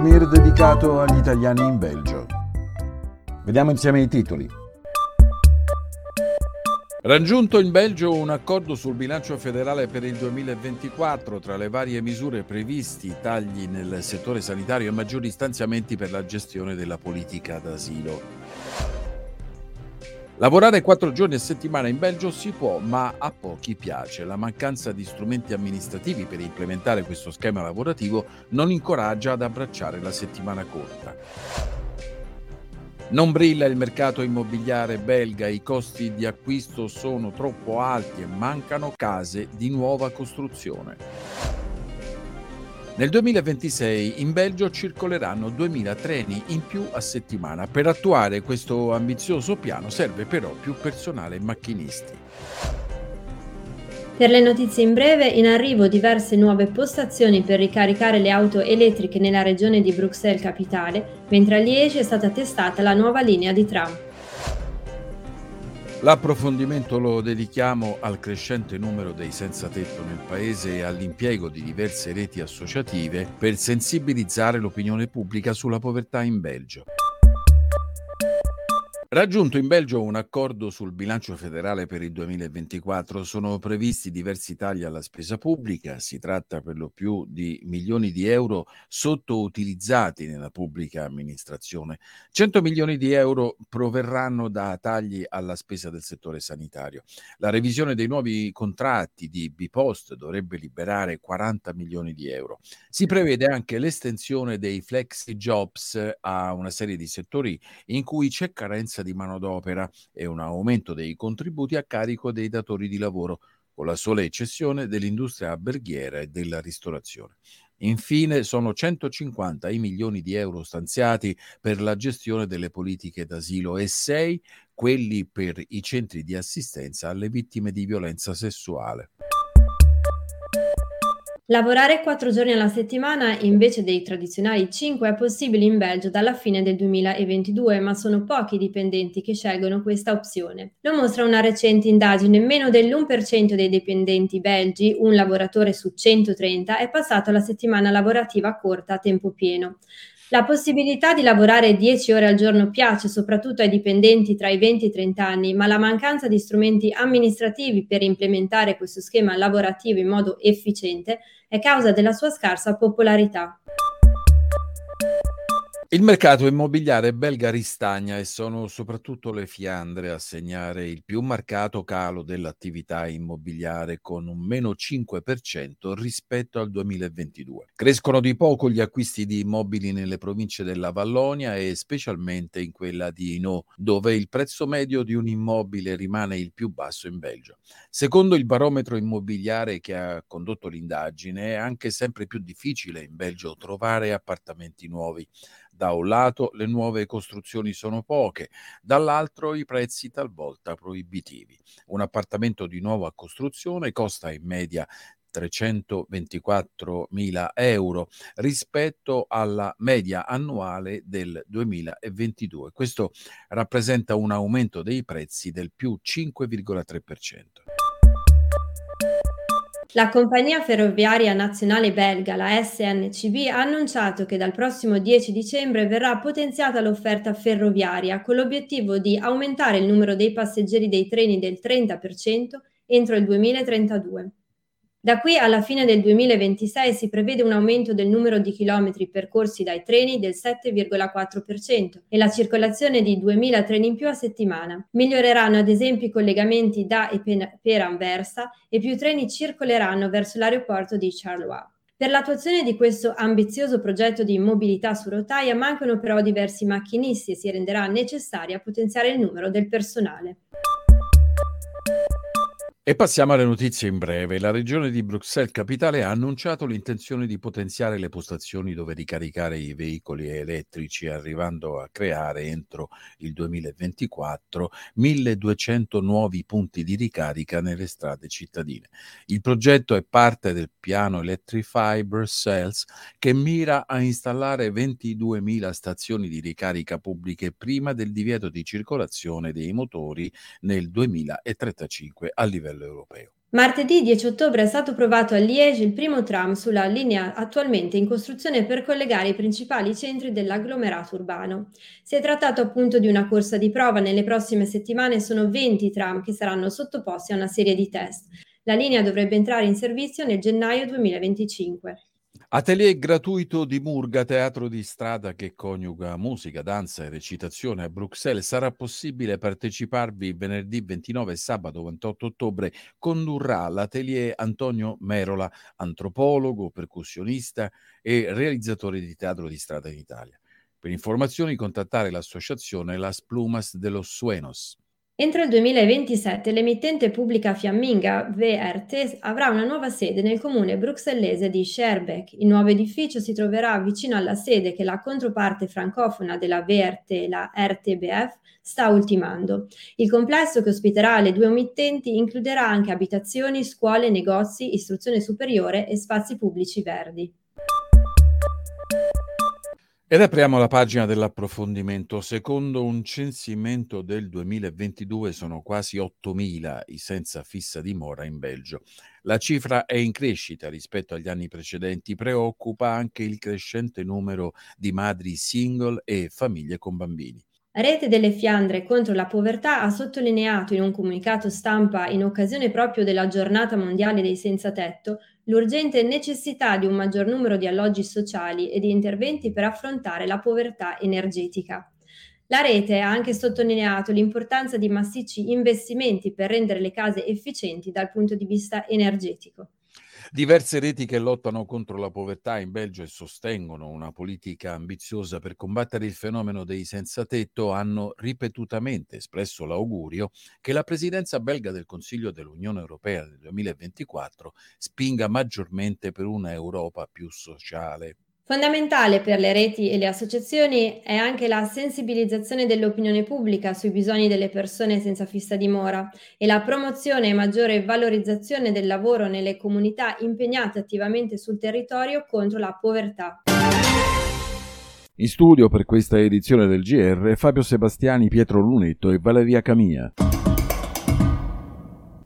souvenir dedicato agli italiani in Belgio. Vediamo insieme i titoli. Raggiunto in Belgio un accordo sul bilancio federale per il 2024. Tra le varie misure previsti, tagli nel settore sanitario e maggiori stanziamenti per la gestione della politica d'asilo. Lavorare 4 giorni a settimana in Belgio si può, ma a pochi piace. La mancanza di strumenti amministrativi per implementare questo schema lavorativo non incoraggia ad abbracciare la settimana corta. Non brilla il mercato immobiliare belga, i costi di acquisto sono troppo alti e mancano case di nuova costruzione. Nel 2026 in Belgio circoleranno 2000 treni in più a settimana. Per attuare questo ambizioso piano serve però più personale e macchinisti. Per le notizie in breve, in arrivo diverse nuove postazioni per ricaricare le auto elettriche nella regione di Bruxelles Capitale, mentre a Liège è stata testata la nuova linea di tram. L'approfondimento lo dedichiamo al crescente numero dei senza tetto nel paese e all'impiego di diverse reti associative per sensibilizzare l'opinione pubblica sulla povertà in Belgio. Raggiunto in Belgio un accordo sul bilancio federale per il 2024, sono previsti diversi tagli alla spesa pubblica. Si tratta per lo più di milioni di euro sottoutilizzati nella pubblica amministrazione. 100 milioni di euro proverranno da tagli alla spesa del settore sanitario. La revisione dei nuovi contratti di Bipost dovrebbe liberare 40 milioni di euro. Si prevede anche l'estensione dei flexi jobs a una serie di settori in cui c'è carenza di manodopera e un aumento dei contributi a carico dei datori di lavoro, con la sola eccezione dell'industria alberghiera e della ristorazione. Infine sono 150 i milioni di euro stanziati per la gestione delle politiche d'asilo e 6 quelli per i centri di assistenza alle vittime di violenza sessuale. Lavorare 4 giorni alla settimana invece dei tradizionali 5 è possibile in Belgio dalla fine del 2022, ma sono pochi i dipendenti che scelgono questa opzione. Lo mostra una recente indagine: meno dell'1% dei dipendenti belgi, un lavoratore su 130, è passato alla settimana lavorativa corta a tempo pieno. La possibilità di lavorare 10 ore al giorno piace soprattutto ai dipendenti tra i 20 e i 30 anni, ma la mancanza di strumenti amministrativi per implementare questo schema lavorativo in modo efficiente è causa della sua scarsa popolarità. Il mercato immobiliare belga ristagna e sono soprattutto le Fiandre a segnare il più marcato calo dell'attività immobiliare, con un meno 5% rispetto al 2022. Crescono di poco gli acquisti di immobili nelle province della Vallonia e specialmente in quella di Hainaut, dove il prezzo medio di un immobile rimane il più basso in Belgio. Secondo il barometro immobiliare che ha condotto l'indagine, è anche sempre più difficile in Belgio trovare appartamenti nuovi. Da un lato le nuove costruzioni sono poche, dall'altro i prezzi talvolta proibitivi. Un appartamento di nuova costruzione costa in media 324.000 euro rispetto alla media annuale del 2022. Questo rappresenta un aumento dei prezzi del più 5,3%. La compagnia ferroviaria nazionale belga, la SNCB, ha annunciato che dal prossimo 10 dicembre verrà potenziata l'offerta ferroviaria con l'obiettivo di aumentare il numero dei passeggeri dei treni del 30% entro il 2032. Da qui alla fine del 2026 si prevede un aumento del numero di chilometri percorsi dai treni del 7,4% e la circolazione di 2000 treni in più a settimana. Miglioreranno ad esempio i collegamenti da e per Anversa e più treni circoleranno verso l'aeroporto di Charleroi. Per l'attuazione di questo ambizioso progetto di mobilità su rotaia mancano però diversi macchinisti e si renderà necessario potenziare il numero del personale. E passiamo alle notizie in breve. La regione di Bruxelles Capitale ha annunciato l'intenzione di potenziare le postazioni dove ricaricare i veicoli elettrici, arrivando a creare entro il 2024 1200 nuovi punti di ricarica nelle strade cittadine. Il progetto è parte del piano Electrify Brussels, che mira a installare 22.000 stazioni di ricarica pubbliche prima del divieto di circolazione dei motori nel 2035 a livello europeo. Martedì 10 ottobre è stato provato a Liegi il primo tram sulla linea attualmente in costruzione per collegare i principali centri dell'agglomerato urbano. Si è trattato appunto di una corsa di prova. Nelle prossime settimane sono 20 tram che saranno sottoposti a una serie di test. La linea dovrebbe entrare in servizio nel gennaio 2025. Atelier gratuito di Murga, teatro di strada che coniuga musica, danza e recitazione a Bruxelles. Sarà possibile parteciparvi venerdì 29 e sabato 28 ottobre. Condurrà l'atelier Antonio Merola, antropologo, percussionista e realizzatore di teatro di strada in Italia. Per informazioni contattare l'associazione Las Plumas de los Suenos. Entro il 2027 l'emittente pubblica fiamminga VRT avrà una nuova sede nel comune bruxellese di Schaerbeek. Il nuovo edificio si troverà vicino alla sede che la controparte francofona della VRT, la RTBF, sta ultimando. Il complesso che ospiterà le due emittenti includerà anche abitazioni, scuole, negozi, istruzione superiore e spazi pubblici verdi. Ed apriamo la pagina dell'approfondimento. Secondo un censimento del 2022 sono quasi 8.000 i senza fissa dimora in Belgio. La cifra è in crescita rispetto agli anni precedenti. Preoccupa anche il crescente numero di madri single e famiglie con bambini. Rete delle Fiandre contro la povertà ha sottolineato in un comunicato stampa in occasione proprio della Giornata mondiale dei senza tetto l'urgente necessità di un maggior numero di alloggi sociali e di interventi per affrontare la povertà energetica. La rete ha anche sottolineato l'importanza di massicci investimenti per rendere le case efficienti dal punto di vista energetico. Diverse reti che lottano contro la povertà in Belgio e sostengono una politica ambiziosa per combattere il fenomeno dei senza tetto hanno ripetutamente espresso l'augurio che la presidenza belga del Consiglio dell'Unione Europea del 2024 spinga maggiormente per una Europa più sociale. Fondamentale per le reti e le associazioni è anche la sensibilizzazione dell'opinione pubblica sui bisogni delle persone senza fissa dimora e la promozione e maggiore valorizzazione del lavoro nelle comunità impegnate attivamente sul territorio contro la povertà. In studio per questa edizione del GR Fabio Sebastiani, Pietro Lunetto e Valeria Camia.